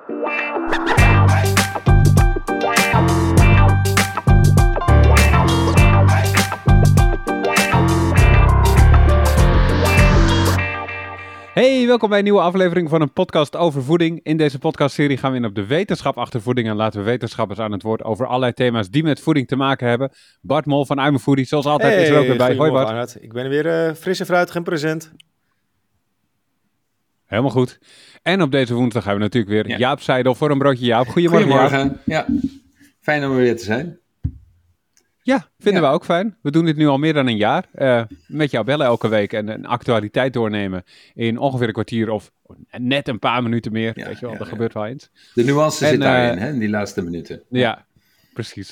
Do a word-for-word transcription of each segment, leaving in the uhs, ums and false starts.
Hey, welkom bij een nieuwe aflevering van een podcast over voeding. In deze podcastserie gaan we in op de wetenschap achter voeding en laten we wetenschappers aan het woord over allerlei thema's die met voeding te maken hebben. Bart Mol van I'm a Foodie, zoals altijd hey, is er ook weer bij. Hoi Bart. Arnoud. Ik ben er weer uh, fris en fruitig en present. Helemaal goed. En op deze woensdag hebben we natuurlijk weer ja. Jaap Seidel voor een broodje Jaap. Goedemorgen, Goedemorgen. Jaap. Ja, fijn om er weer te zijn. Ja, vinden ja. we ook fijn. We doen dit nu al meer dan een jaar. Uh, met jou bellen elke week en een actualiteit doornemen in ongeveer een kwartier of net een paar minuten meer. Ja, weet je wel, ja, dat ja. gebeurt wel eens. De nuance en, zit daarin, uh, hè, in die laatste minuten. Ja, ja precies.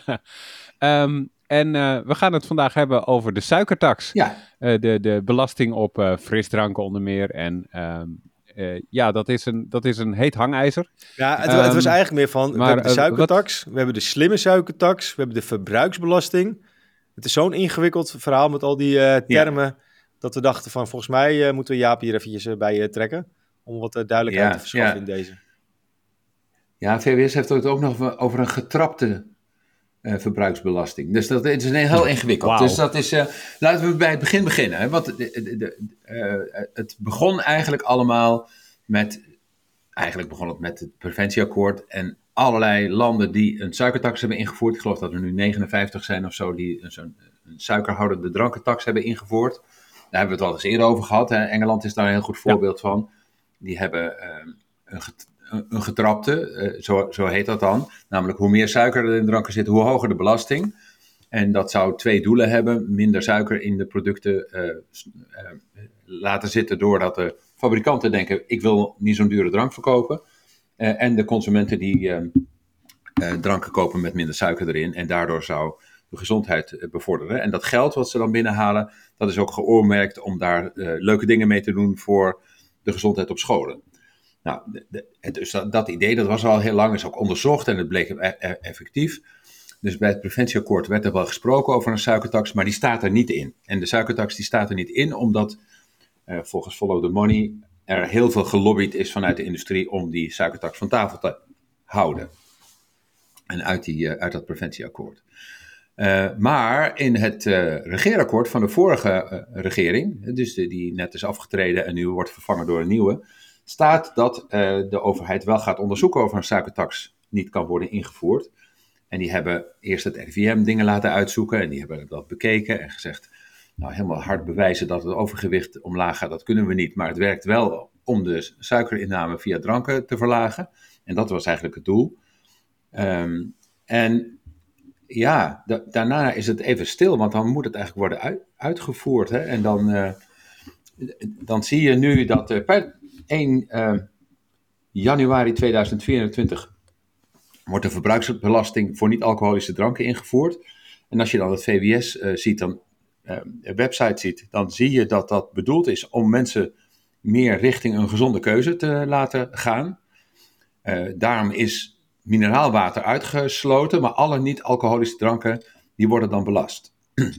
um, en uh, we gaan het vandaag hebben over de suikertax. Ja. Uh, de, de belasting op uh, frisdranken onder meer. En um, uh, ja, dat is, een, dat is een heet hangijzer. Ja, het, um, het was eigenlijk meer van, maar, we hebben de suikertax, uh, we hebben de slimme suikertax, we hebben de verbruiksbelasting. Het is zo'n ingewikkeld verhaal met al die uh, termen, ja. dat we dachten van, volgens mij uh, moeten we Jaap hier eventjes uh, bij uh, trekken. Om wat uh, duidelijkheid ja, te verschaffen ja. in deze. Ja, V W S heeft het ook nog over een getrapte uh, verbruiksbelasting. Dus dat is een heel ingewikkeld. Wow. Dus dat is, uh, laten we bij het begin beginnen. Hè? Want de, de, de, uh, het begon eigenlijk allemaal met, eigenlijk begon het met het preventieakkoord en allerlei landen die een suikertax hebben ingevoerd. Ik geloof dat er nu negenenvijftig zijn of zo die een, zo'n, een suikerhoudende drankentax hebben ingevoerd. Daar hebben we het al eens eerder over gehad. Hè? Engeland is daar een heel goed voorbeeld ja. van. Die hebben uh, een, get, een getrapte, uh, zo, zo heet dat dan. Namelijk hoe meer suiker er in de dranken zit, hoe hoger de belasting. En dat zou twee doelen hebben. Minder suiker in de producten uh, uh, laten zitten doordat de fabrikanten denken, ik wil niet zo'n dure drank verkopen. Uh, en de consumenten die uh, uh, dranken kopen met minder suiker erin. En daardoor zou de gezondheid uh, bevorderen. En dat geld wat ze dan binnenhalen, dat is ook geoormerkt om daar uh, leuke dingen mee te doen voor de gezondheid op scholen. Nou, de, de, dus dat, dat idee, dat was al heel lang, is ook onderzocht en het bleek e- e- effectief. Dus bij het preventieakkoord werd er wel gesproken over een suikertax, maar die staat er niet in. En de suikertax die staat er niet in, omdat uh, volgens Follow the Money er heel veel gelobbyd is vanuit de industrie om die suikertax van tafel te houden. En uit, die, uh, uit dat preventieakkoord. Uh, maar in het uh, regeerakkoord van de vorige uh, regering, dus de, die net is afgetreden en nu wordt vervangen door een nieuwe, staat dat uh, de overheid wel gaat onderzoeken of een suikertax niet kan worden ingevoerd. En die hebben eerst het R I V M dingen laten uitzoeken en die hebben dat bekeken en gezegd, nou helemaal hard bewijzen dat het overgewicht omlaag gaat, dat kunnen we niet. Maar het werkt wel om de suikerinname via dranken te verlagen. En dat was eigenlijk het doel. Um, en ja, da- daarna is het even stil, want dan moet het eigenlijk worden uit- uitgevoerd. Hè? En dan, uh, dan zie je nu dat uh, per eerste januari tweeduizend vierentwintig wordt de verbruiksbelasting voor niet-alcoholische dranken ingevoerd. En als je dan het V W S uh, ziet, dan uh, een website ziet, dan zie je dat dat bedoeld is om mensen meer richting een gezonde keuze te laten gaan. Uh, daarom is mineraalwater uitgesloten, maar alle niet-alcoholische dranken, die worden dan belast.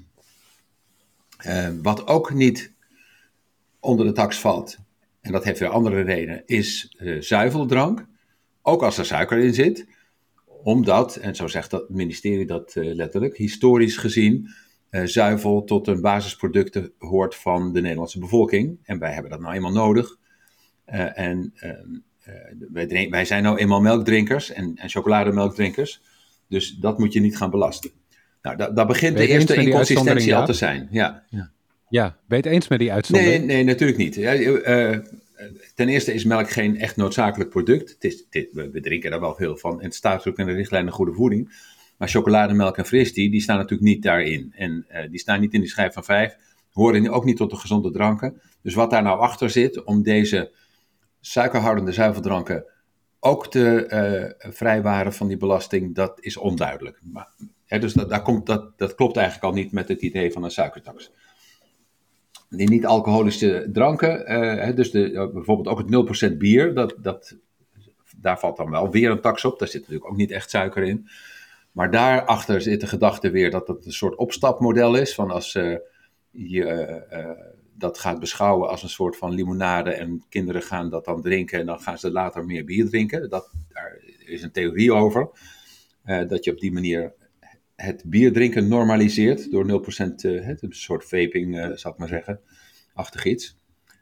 uh, wat ook niet onder de tax valt, en dat heeft weer andere redenen, is uh, zuiveldrank. Ook als er suiker in zit. Omdat, en zo zegt dat het ministerie dat uh, letterlijk, historisch gezien uh, zuivel tot een basisproduct hoort van de Nederlandse bevolking. En wij hebben dat nou eenmaal nodig. Uh, en uh, uh, wij, drink, wij zijn nou eenmaal melkdrinkers en, en chocolademelkdrinkers. Dus dat moet je niet gaan belasten. Nou, da, daar begint de eerste inconsistentie al te zijn. Ja, ja. ja, ben je het eens met die uitzondering? Nee, nee, natuurlijk niet. Ja, uh, ten eerste is melk geen echt noodzakelijk product. Het is, het, we, we drinken daar wel veel van. En het staat ook in de richtlijn goede voeding. Maar chocolademelk en fristie, die staan natuurlijk niet daarin. En uh, die staan niet in die schijf van vijf. Horen ook niet tot de gezonde dranken. Dus wat daar nou achter zit, om deze suikerhoudende zuiveldranken ook te uh, vrijwaren van die belasting, dat is onduidelijk. Maar, hè, dus dat, daar komt, dat, dat klopt eigenlijk al niet met het idee van een suikertax. Die niet-alcoholische dranken, uh, dus de, uh, bijvoorbeeld ook het nul procent bier, dat, dat, daar valt dan wel weer een tax op. Daar zit natuurlijk ook niet echt suiker in. Maar daarachter zit de gedachte weer dat het een soort opstapmodel is. Van als uh, je uh, uh, dat gaat beschouwen als een soort van limonade en kinderen gaan dat dan drinken en dan gaan ze later meer bier drinken. Dat, daar is een theorie over, uh, dat je op die manier het bier drinken normaliseert door nul procent, uh, het, een soort vaping, uh, zal ik maar zeggen, achtig iets.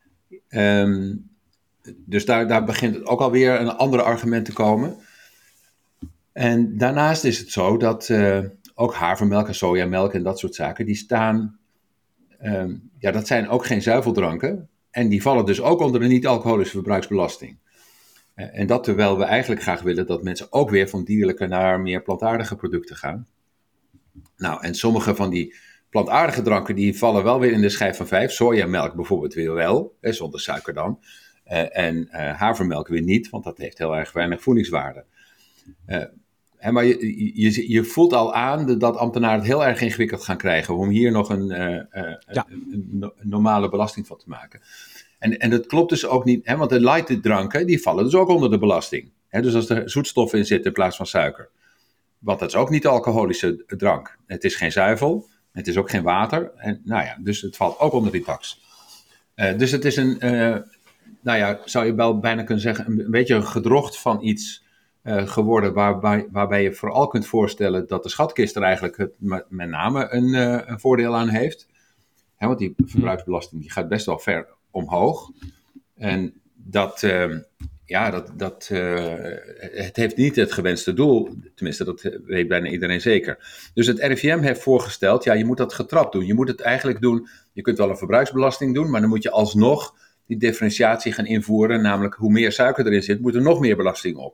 Um, dus daar, daar begint ook alweer een ander argument te komen. En daarnaast is het zo dat uh, ook havermelk en sojamelk en dat soort zaken, die staan, um, ja, dat zijn ook geen zuiveldranken. En die vallen dus ook onder de niet-alcoholische verbruiksbelasting. Uh, en dat terwijl we eigenlijk graag willen dat mensen ook weer van dierlijke naar meer plantaardige producten gaan. Nou, en sommige van die plantaardige dranken, die vallen wel weer in de schijf van vijf. Sojamelk bijvoorbeeld weer wel, hè, zonder suiker dan. Uh, en uh, havermelk weer niet, want dat heeft heel erg weinig voedingswaarde. Uh, hè, maar je, je, je voelt al aan dat ambtenaren het heel erg ingewikkeld gaan krijgen om hier nog een, uh, uh, ja. een, een, een normale belasting van te maken. En, en dat klopt dus ook niet, hè, want de light dranken, die vallen dus ook onder de belasting. Hè, dus als er zoetstof in zit in plaats van suiker. Want dat is ook niet de alcoholische drank. Het is geen zuivel, het is ook geen water. En, nou ja, dus het valt ook onder die tax. Uh, dus het is een, uh, nou ja, zou je wel bijna kunnen zeggen, een, een beetje een gedrocht van iets uh, geworden, waarbij, waarbij je vooral kunt voorstellen dat de schatkist er eigenlijk het, met name een, uh, een voordeel aan heeft. Hè, want die verbruiksbelasting die gaat best wel ver omhoog. En dat... Uh, Ja, dat, dat, uh, het heeft niet het gewenste doel. Tenminste, dat weet bijna iedereen zeker. Dus het R I V M heeft voorgesteld, ja, je moet dat getrapt doen. Je moet het eigenlijk doen, je kunt wel een verbruiksbelasting doen, maar dan moet je alsnog die differentiatie gaan invoeren. Namelijk, hoe meer suiker erin zit, moet er nog meer belasting op.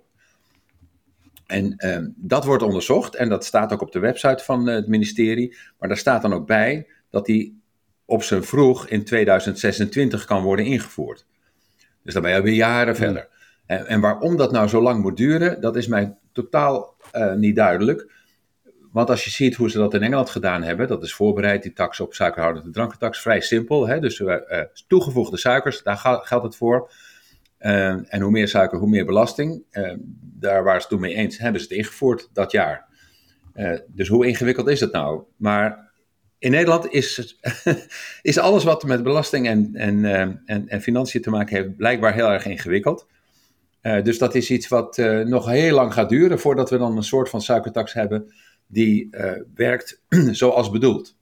En um, dat wordt onderzocht en dat staat ook op de website van uh, het ministerie. Maar daar staat dan ook bij dat die op zijn vroeg in tweeduizend zesentwintig kan worden ingevoerd. Dus dan ben je alweer jaren verder. En, en waarom dat nou zo lang moet duren, dat is mij totaal uh, niet duidelijk. Want als je ziet hoe ze dat in Engeland gedaan hebben, dat is voorbereid, die tax op suikerhoudende drankentax, vrij simpel. Hè? Dus uh, uh, toegevoegde suikers, daar ga, geldt het voor. Uh, en hoe meer suiker, hoe meer belasting. Uh, daar waren ze het toen mee eens, hebben ze het ingevoerd dat jaar. Uh, dus hoe ingewikkeld is dat nou? Maar in Nederland is, is alles wat met belasting en, en, uh, en, en financiën te maken heeft blijkbaar heel erg ingewikkeld. Uh, dus dat is iets wat uh, nog heel lang gaat duren voordat we dan een soort van suikertax hebben die uh, werkt zoals bedoeld.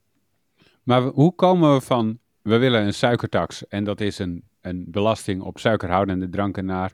Maar hoe komen we van, we willen een suikertax en dat is een, een belasting op suikerhoudende dranken naar,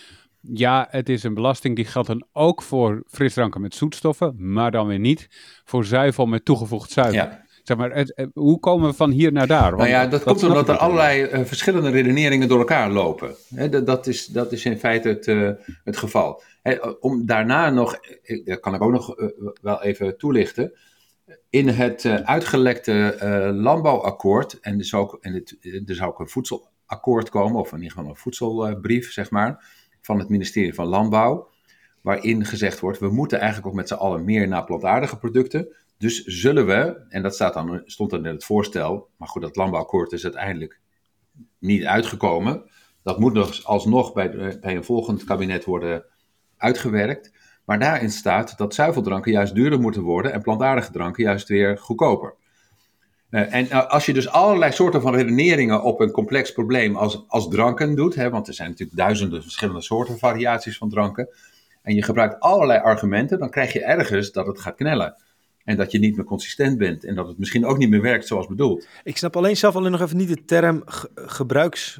ja, het is een belasting die geldt dan ook voor frisdranken met zoetstoffen, maar dan weer niet voor zuivel met toegevoegd suiker. Ja. Zeg maar, het, hoe komen we van hier naar daar? Want nou ja, dat, dat komt omdat er allerlei uh, verschillende redeneringen door elkaar lopen. He, dat, dat, is, dat is in feite het, uh, het geval. He, om daarna nog, dat kan ik ook nog uh, wel even toelichten. In het uh, uitgelekte uh, landbouwakkoord, en er zou ook, en het, er zou ook een voedselakkoord komen, of in ieder geval een voedselbrief, zeg maar, van het ministerie van Landbouw, waarin gezegd wordt, we moeten eigenlijk ook met z'n allen meer naar plantaardige producten. Dus zullen we, en dat staat dan, stond dan in het voorstel, maar goed, dat landbouwakkoord is uiteindelijk niet uitgekomen. Dat moet nog alsnog bij, de, bij een volgend kabinet worden uitgewerkt. Maar daarin staat dat zuiveldranken juist duurder moeten worden en plantaardige dranken juist weer goedkoper. Uh, en uh, als je dus allerlei soorten van redeneringen op een complex probleem als, als dranken doet, hè, want er zijn natuurlijk duizenden verschillende soorten variaties van dranken, en je gebruikt allerlei argumenten, dan krijg je ergens dat het gaat knellen. En dat je niet meer consistent bent. En dat het misschien ook niet meer werkt zoals bedoeld. Ik snap alleen zelf alleen nog even niet de term ge- gebruiks...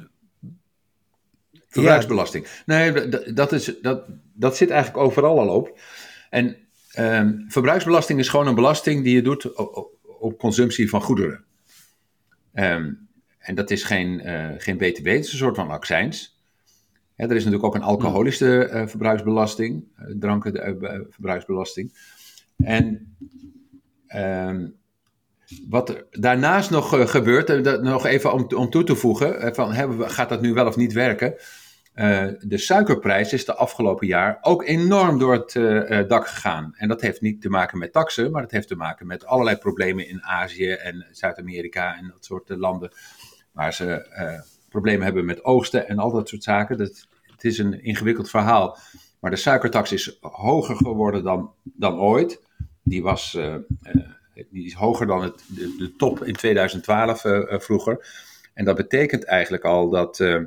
Verbruiksbelasting. Ja. Nee, dat, dat, is, dat, dat zit eigenlijk overal al op. En um, verbruiksbelasting is gewoon een belasting die je doet op, op consumptie van goederen. Um, en dat is geen, uh, geen B T W, het is een soort van accijns. Ja, er is natuurlijk ook een alcoholische uh, verbruiksbelasting. Uh, dranken uh, verbruiksbelasting. En um, wat er daarnaast nog uh, gebeurt, uh, dat, nog even om, om toe te voegen, uh, van, hè, gaat dat nu wel of niet werken? Uh, de suikerprijs is de afgelopen jaar ook enorm door het uh, uh, dak gegaan. En dat heeft niet te maken met taxen, maar dat heeft te maken met allerlei problemen in Azië en Zuid-Amerika en dat soort uh, landen, waar ze uh, problemen hebben met oogsten en al dat soort zaken. Dat, het is een ingewikkeld verhaal. Maar de suikertax is hoger geworden dan, dan ooit. Die, was, uh, uh, die is hoger dan het, de, de top in tweeduizend twaalf uh, uh, vroeger. En dat betekent eigenlijk al dat, uh,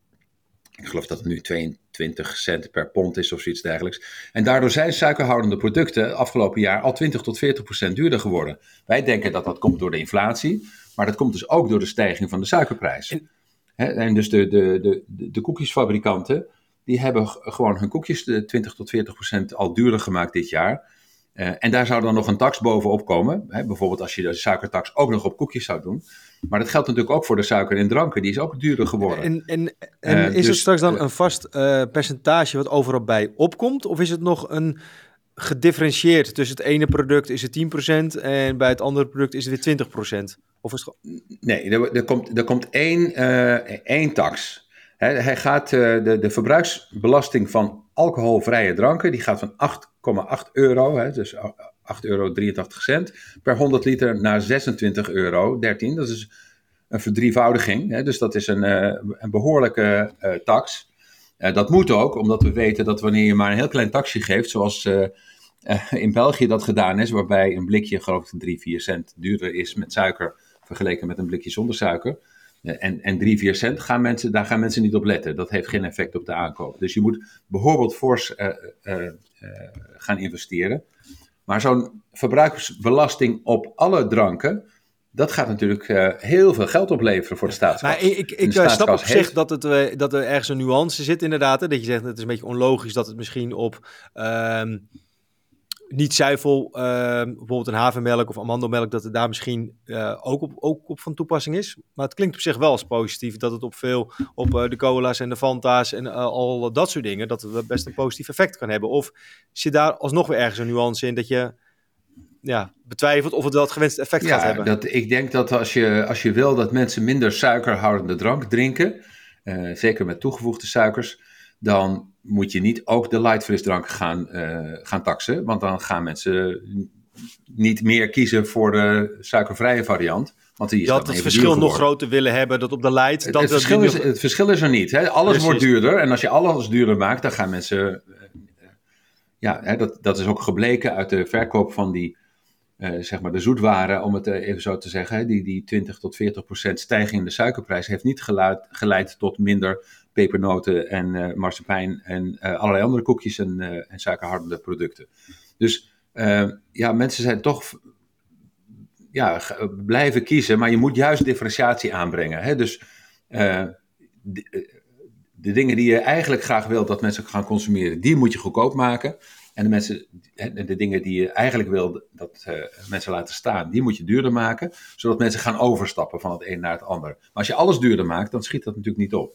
ik geloof dat het nu tweeëntwintig cent per pond is of zoiets dergelijks. En daardoor zijn suikerhoudende producten afgelopen jaar al twintig tot veertig procent duurder geworden. Wij denken dat dat komt door de inflatie, maar dat komt dus ook door de stijging van de suikerprijs. En, He, en dus de, de, de, de koekjesfabrikanten, die hebben g- gewoon hun koekjes de twintig tot veertig procent al duurder gemaakt dit jaar. Uh, en daar zou dan nog een tax bovenop komen. Hè, bijvoorbeeld als je de suikertax ook nog op koekjes zou doen. Maar dat geldt natuurlijk ook voor de suiker in dranken. Die is ook duurder geworden. En, en, en uh, is dus, er straks dan uh, een vast uh, percentage wat overal bij opkomt? Of is het nog een gedifferentieerd? Tussen het ene product is het tien procent en bij het andere product is het weer twintig procent? Of is het... Nee, er, er, komt, er komt één, uh, één tax. He, hij gaat, uh, de, de verbruiksbelasting van alcoholvrije dranken, die gaat van acht komma acht euro, he, dus acht euro drieëntachtig cent per honderd liter naar zesentwintig euro dertien. Dat is een verdrievoudiging, he, dus dat is een, uh, een behoorlijke uh, tax. Uh, dat moet ook, omdat we weten dat wanneer je maar een heel klein taxje geeft, zoals uh, uh, in België dat gedaan is, waarbij een blikje geloof ik drie, vier cent duurder is met suiker vergeleken met een blikje zonder suiker. En, en drie, vier cent, gaan mensen, daar gaan mensen niet op letten. Dat heeft geen effect op de aankoop. Dus je moet bijvoorbeeld fors uh, uh, uh, gaan investeren. Maar zo'n verbruikersbelasting op alle dranken, dat gaat natuurlijk uh, heel veel geld opleveren voor de staatskas. Maar ik, ik, ik snap op zich dat, het, uh, dat er ergens een nuance zit inderdaad. Hè? Dat je zegt, het is een beetje onlogisch dat het misschien op... Uh, niet zuivel, uh, bijvoorbeeld een havermelk of amandelmelk, dat het daar misschien uh, ook, op, ook op van toepassing is. Maar het klinkt op zich wel als positief dat het op veel, op uh, de cola's en de Fanta's en uh, al dat soort dingen, dat het best een positief effect kan hebben. Of zit daar alsnog weer ergens een nuance in dat je ja, betwijfelt of het wel het gewenste effect ja, gaat hebben? Dat, ik denk dat als je, als je wil dat mensen minder suikerhoudende drank drinken, uh, zeker met toegevoegde suikers, dan moet je niet ook de light frisdrank gaan, uh, gaan taxen. Want dan gaan mensen niet meer kiezen voor de suikervrije variant. Want die is je had het verschil nog groter willen hebben, dat op de light... Het, dat het, verschil, is, het verschil is er niet. Hè? Alles Precies. wordt duurder. En als je alles duurder maakt, dan gaan mensen... Uh, ja, hè, dat, dat is ook gebleken uit de verkoop van die... Uh, zeg maar de zoetwaren, om het uh, even zo te zeggen. Hè? Die, die twintig tot veertig procent stijging in de suikerprijs heeft niet geleid, geleid tot minder... pepernoten en uh, marsepein en uh, allerlei andere koekjes en, uh, en suikerhoudende producten. Dus uh, ja, mensen zijn toch ja, g- blijven kiezen, maar je moet juist differentiatie aanbrengen. Hè? Dus uh, de, de dingen die je eigenlijk graag wilt dat mensen gaan consumeren, die moet je goedkoop maken. En de, mensen, de dingen die je eigenlijk wil dat uh, mensen laten staan, die moet je duurder maken, zodat mensen gaan overstappen van het een naar het ander. Maar als je alles duurder maakt, dan schiet dat natuurlijk niet op.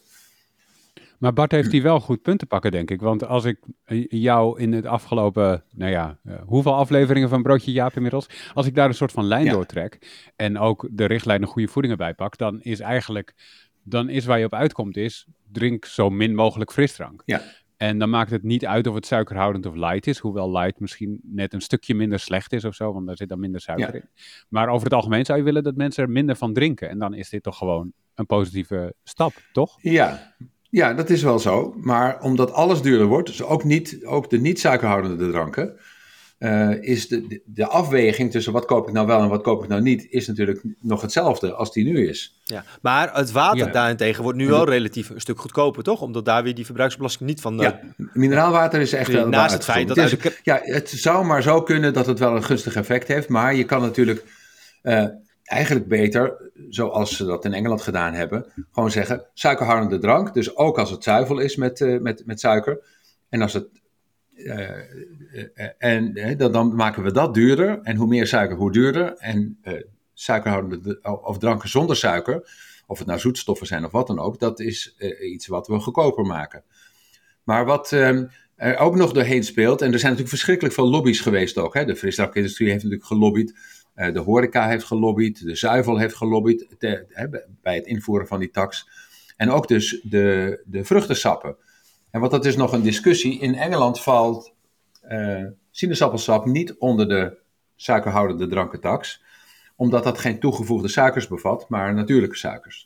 Maar Bart heeft hier wel goed punten pakken, denk ik. Want als ik jou in het afgelopen, nou ja, uh, hoeveel afleveringen van Broodje Jaap inmiddels, als ik daar een soort van lijn ja. doortrek en ook de richtlijnen goede voeding erbij pak, dan is eigenlijk, dan is waar je op uitkomt is, drink zo min mogelijk frisdrank. Ja. En dan maakt het niet uit of het suikerhoudend of light is, hoewel light misschien net een stukje minder slecht is of zo, want daar zit dan minder suiker ja. in. Maar over het algemeen zou je willen dat mensen er minder van drinken. En dan is dit toch gewoon een positieve stap, toch? Ja. Ja, dat is wel zo. Maar omdat alles duurder wordt, dus ook, niet, ook de niet-suikerhoudende dranken, uh, is de, de, de afweging tussen wat koop ik nou wel en wat koop ik nou niet, is natuurlijk nog hetzelfde als die nu is. Ja, maar het water ja. daarentegen wordt nu wel relatief een stuk goedkoper, toch? Omdat daar weer die verbruiksbelasting niet van... Uh, ja, mineraalwater is echt wel... Naast het feit dat... Het, is, de... ja, het zou maar zo kunnen dat het wel een gunstig effect heeft, maar je kan natuurlijk... Uh, Eigenlijk beter, zoals ze dat in Engeland gedaan hebben, gewoon zeggen suikerhoudende drank. Dus ook als het zuivel is met, uh, met, met suiker. En als het uh, uh, en uh, dan, dan maken we dat duurder. En hoe meer suiker, hoe duurder. En uh, suikerhoudende of dranken zonder suiker, of het nou zoetstoffen zijn of wat dan ook, dat is uh, iets wat we goedkoper maken. Maar wat uh, er ook nog doorheen speelt, en er zijn natuurlijk verschrikkelijk veel lobby's geweest ook. Hè? De frisdrankindustrie heeft natuurlijk gelobbyd. Uh, de horeca heeft gelobbyd, de zuivel heeft gelobbyd te, he, bij het invoeren van die tax. En ook dus de, de vruchtensappen. En wat dat is nog een discussie. In Engeland valt uh, sinaasappelsap niet onder de suikerhoudende drankentax. Omdat dat geen toegevoegde suikers bevat, maar natuurlijke suikers.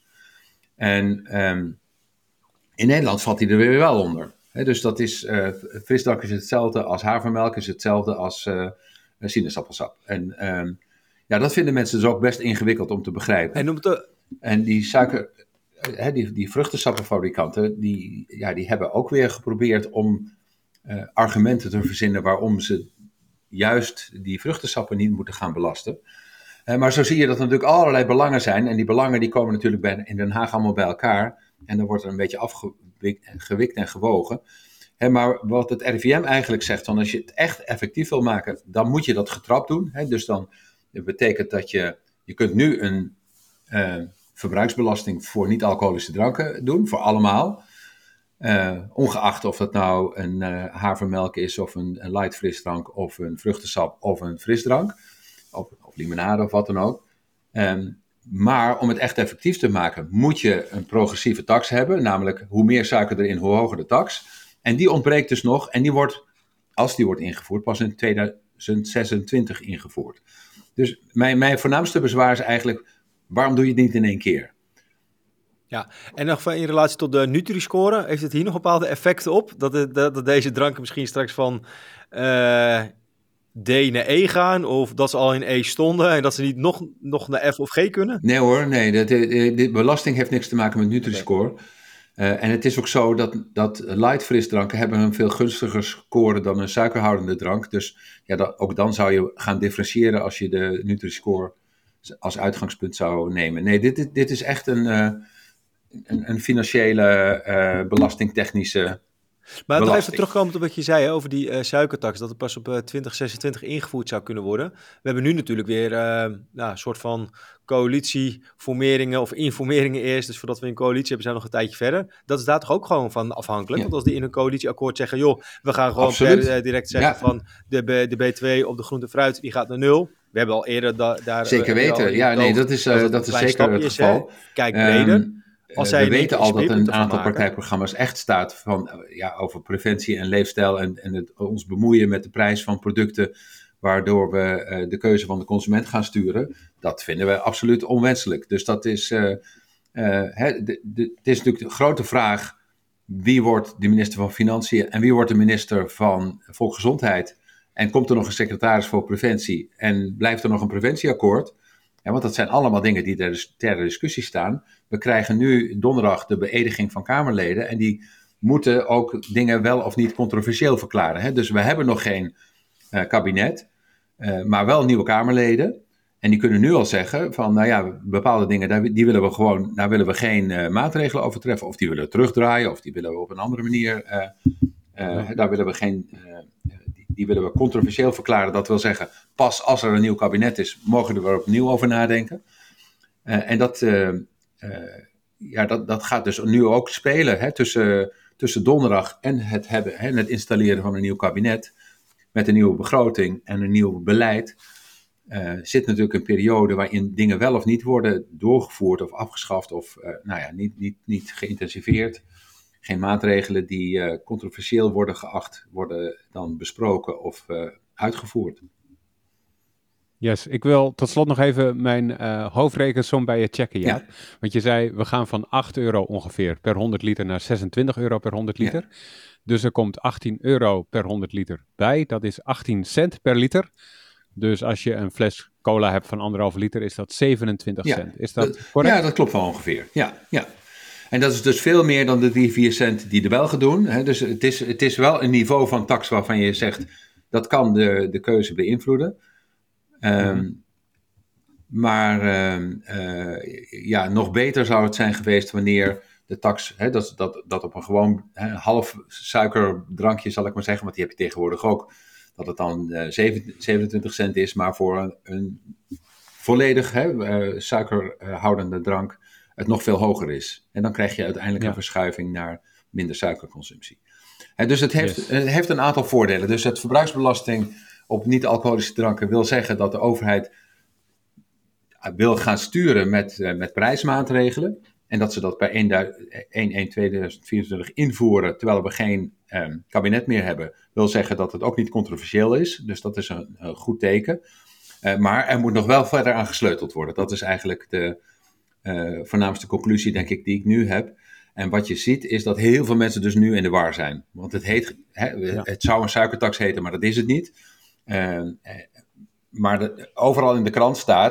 En um, in Nederland valt die er weer wel onder. He, dus dat is, uh, frisdrank is hetzelfde als havermelk, is hetzelfde als uh, sinaasappelsap. En... Um, Ja, dat vinden mensen dus ook best ingewikkeld om te begrijpen. En om te, En die suiker, hè, die, die vruchtensappenfabrikanten, die, ja, die hebben ook weer geprobeerd om uh, argumenten te verzinnen waarom ze juist die vruchtensappen niet moeten gaan belasten. Uh, maar zo zie je dat er natuurlijk allerlei belangen zijn. En die belangen die komen natuurlijk bij, in Den Haag allemaal bij elkaar. En dan wordt er een beetje afgewikt en gewogen. He, maar wat het R I V M eigenlijk zegt, dan als je het echt effectief wil maken, dan moet je dat getrapt doen. He, dus dan dat betekent dat je, je kunt nu een uh, verbruiksbelasting voor niet-alcoholische dranken doen, voor allemaal. Uh, ongeacht of dat nou een uh, havermelk is, of een, een light frisdrank, of een vruchtensap, of een frisdrank, of, of limonade, of wat dan ook. Um, maar om het echt effectief te maken, moet je een progressieve tax hebben, namelijk hoe meer suiker erin, hoe hoger de tax. En die ontbreekt dus nog, en die wordt, als die wordt ingevoerd, pas in tweeduizend zesentwintig ingevoerd. Dus mijn, mijn voornaamste bezwaar is eigenlijk, waarom doe je het niet in één keer? Ja, en nog in relatie tot de Nutri-score, heeft het hier nog bepaalde effecten op? Dat, het, dat, dat deze dranken misschien straks van uh, D naar E gaan, of dat ze al in E stonden en dat ze niet nog, nog naar F of G kunnen? Nee hoor, nee, de, de, de, de belasting heeft niks te maken met Nutri-score. Okay. Uh, en het is ook zo dat, dat light frisdranken hebben een veel gunstiger score dan een suikerhoudende drank. Dus ja, dat, ook dan zou je gaan differentiëren als je de Nutri-score als uitgangspunt zou nemen. Nee, dit, dit, dit is echt een, uh, een, een financiële, uh, belastingtechnische Maar nog even terugkomend op wat je zei hè, over die uh, suikertax, dat het pas op uh, twintig zesentwintig ingevoerd zou kunnen worden. We hebben nu natuurlijk weer uh, nou, een soort van coalitieformeringen of informeringen eerst. Dus voordat we een coalitie hebben, zijn we nog een tijdje verder. Dat is daar toch ook gewoon van afhankelijk? Ja. Want als die in een coalitieakkoord zeggen, joh, we gaan gewoon per, uh, direct zeggen ja. van de, de B twee op de groente fruit, die gaat naar nul. We hebben al eerder da- daar... Zeker uh, weten, ja, nee, dat is, uh, dat, dat is zeker het geval. Is, Kijk breder. Um, Als uh, we weten al dat een aantal partijprogramma's echt staat van, uh, ja, over preventie en leefstijl en, en het, ons bemoeien met de prijs van producten, waardoor we uh, de keuze van de consument gaan sturen. Dat vinden we absoluut onwenselijk. Dus dat is, uh, uh, hè, de, de, het is natuurlijk de grote vraag, wie wordt de minister van Financiën en wie wordt de minister van Volksgezondheid? En komt er nog een secretaris voor preventie en blijft er nog een preventieakkoord? Ja, want dat zijn allemaal dingen die ter, ter discussie staan. We krijgen nu donderdag de beëdiging van Kamerleden en die moeten ook dingen wel of niet controversieel verklaren. Hè? Dus we hebben nog geen uh, kabinet, uh, maar wel nieuwe Kamerleden. En die kunnen nu al zeggen van, nou ja, bepaalde dingen, daar, die willen we gewoon, daar willen we geen uh, maatregelen over treffen. Of die willen we terugdraaien, of die willen we op een andere manier, uh, uh, daar willen we geen... Uh, Die willen we controversieel verklaren. Dat wil zeggen, pas als er een nieuw kabinet is, mogen we er opnieuw over nadenken. Uh, en dat, uh, uh, ja, dat, dat gaat dus nu ook spelen hè, tussen, tussen donderdag en het, hebben, hè, het installeren van een nieuw kabinet. Met een nieuwe begroting en een nieuw beleid. Uh, zit natuurlijk een periode waarin dingen wel of niet worden doorgevoerd of afgeschaft of uh, nou ja, niet, niet, niet geïntensiveerd. Geen maatregelen die uh, controversieel worden geacht, worden dan besproken of uh, uitgevoerd. Yes, ik wil tot slot nog even mijn uh, hoofdrekensom bij je checken, Jaap. Ja. Want je zei, we gaan van acht euro ongeveer per honderd liter naar zesentwintig euro per honderd liter. Ja. Dus er komt achttien euro per honderd liter bij. Dat is achttien cent per liter. Dus als je een fles cola hebt van anderhalve liter, is dat zevenentwintig ja, cent. Is dat, dat correct? Ja, dat klopt wel ongeveer. Ja, ja. En dat is dus veel meer dan de drie, vier cent die de Belgen doen. Hè. Dus het is, het is wel een niveau van tax waarvan je zegt, dat kan de, de keuze beïnvloeden. Um, mm-hmm. Maar um, uh, ja, nog beter zou het zijn geweest wanneer de tax, hè, dat, dat, dat op een gewoon hè, half suikerdrankje, zal ik maar zeggen, want die heb je tegenwoordig ook, dat het dan uh, zevenentwintig cent is, maar voor een, een volledig hè, uh, suikerhoudende drank het nog veel hoger is. En dan krijg je uiteindelijk ja. een verschuiving naar minder suikerconsumptie. He, dus het heeft, yes. het heeft een aantal voordelen. Dus het verbruiksbelasting op niet-alcoholische dranken wil zeggen dat de overheid wil gaan sturen met, uh, met prijsmaatregelen. En dat ze dat per één één tweeduizend vierentwintig invoeren, terwijl we geen um, kabinet meer hebben, wil zeggen dat het ook niet controversieel is. Dus dat is een, een goed teken. Uh, maar er moet nog wel verder aan gesleuteld worden. Dat is eigenlijk de uh, voornaamste conclusie, denk ik, die ik nu heb. En wat je ziet is dat heel veel mensen dus nu in de war zijn. Want het heet, hè, ja. het zou een suikertax heten, maar dat is het niet. Uh, maar de, overal in de krant staat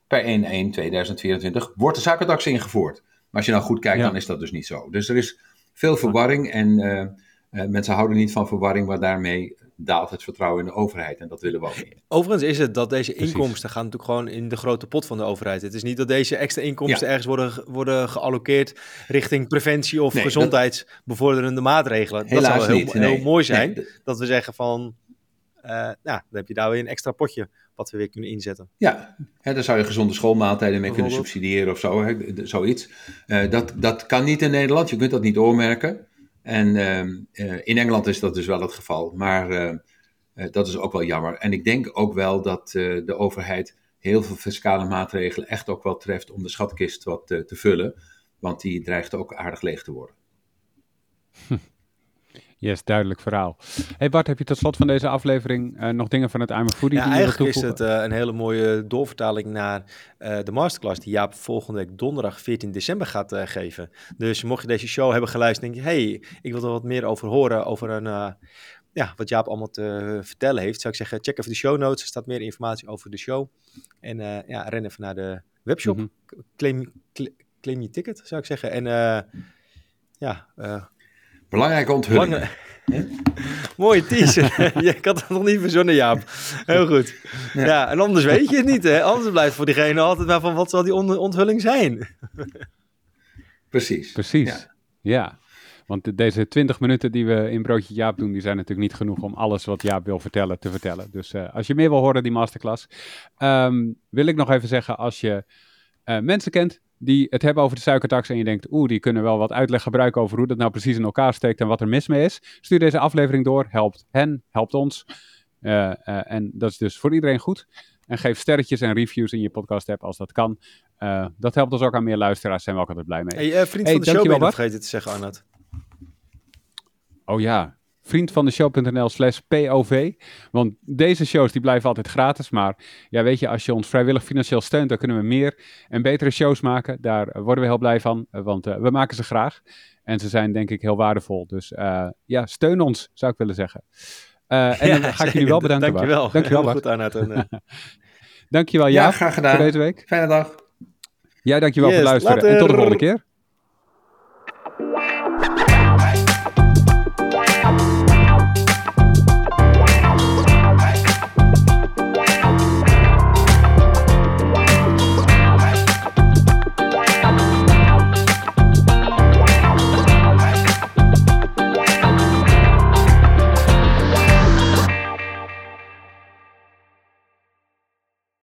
per één één tweeduizend vierentwintig wordt de suikertax ingevoerd. Maar als je nou goed kijkt, ja. dan is dat dus niet zo. Dus er is veel verwarring en uh, uh, mensen houden niet van verwarring, maar daarmee daalt het vertrouwen in de overheid en dat willen we ook niet. Overigens is het dat deze inkomsten Precies. gaan natuurlijk gewoon in de grote pot van de overheid. Het is niet dat deze extra inkomsten ja. ergens worden, worden gealloceerd richting preventie of nee, gezondheidsbevorderende maatregelen. Dat zou heel, niet, nee. heel mooi zijn, nee. dat we zeggen van, uh, nou, dan heb je daar weer een extra potje wat we weer kunnen inzetten. Ja, hè, daar zou je gezonde schoolmaaltijden mee kunnen subsidiëren of zo, hè, zoiets. Uh, dat, dat kan niet in Nederland, je kunt dat niet oormerken. En uh, uh, in Engeland is dat dus wel het geval, maar uh, uh, dat is ook wel jammer. En ik denk ook wel dat uh, de overheid heel veel fiscale maatregelen echt ook wel treft om de schatkist wat uh, te vullen, want die dreigt ook aardig leeg te worden. Hm. Yes, duidelijk verhaal. Hey Bart, heb je tot slot van deze aflevering uh, nog dingen van het I'm a Foodie? Ja, die eigenlijk is het uh, een hele mooie doorvertaling naar uh, de masterclass die Jaap volgende week donderdag veertien december gaat uh, geven. Dus mocht je deze show hebben geluisterd en denk je, hey, ik wil er wat meer over horen, over een, uh, ja, wat Jaap allemaal te vertellen heeft, zou ik zeggen, check even de show notes. Er staat meer informatie over de show. En uh, ja, ren even naar de webshop. Mm-hmm. Claim, claim, claim je ticket, zou ik zeggen. En uh, ja... Uh, Belangrijke onthulling. Belang... Mooie teaser. Ik had het nog niet verzonnen, Jaap. Heel goed. Ja. ja, en anders weet je het niet. Hè? Anders blijft voor diegene altijd maar van wat zal die on- onthulling zijn. Precies. Precies, ja. ja. Want deze twintig minuten die we in Broodje Jaap doen, die zijn natuurlijk niet genoeg om alles wat Jaap wil vertellen te vertellen. Dus uh, als je meer wil horen, die masterclass. Um, wil ik nog even zeggen, als je uh, mensen kent die het hebben over de suikertax en je denkt, oeh, die kunnen wel wat uitleg gebruiken over hoe dat nou precies in elkaar steekt en wat er mis mee is. Stuur deze aflevering door, helpt hen, helpt ons. Uh, uh, en dat is dus voor iedereen goed. En geef sterretjes en reviews in je podcast app als dat kan. Uh, dat helpt ons ook aan meer luisteraars, zijn we ook altijd blij mee. Hey, uh, vriend hey, van de show ben je nog vergeten te zeggen, Arnoud. Oh ja, vriendvandeshow.nl slash POV. Want deze shows die blijven altijd gratis. Maar ja, weet je, als je ons vrijwillig financieel steunt, dan kunnen we meer en betere shows maken. Daar worden we heel blij van, want uh, we maken ze graag. En ze zijn denk ik heel waardevol. Dus uh, ja, steun ons, zou ik willen zeggen. Uh, en ja, dan ga ik jullie wel bedanken. Dankjewel. Dankjewel, heel goed, Arnoud. En, uh... dankjewel, Jaap, ja, graag gedaan. voor deze week. Fijne dag. Jij dankjewel yes, voor het luisteren later. en tot de volgende keer.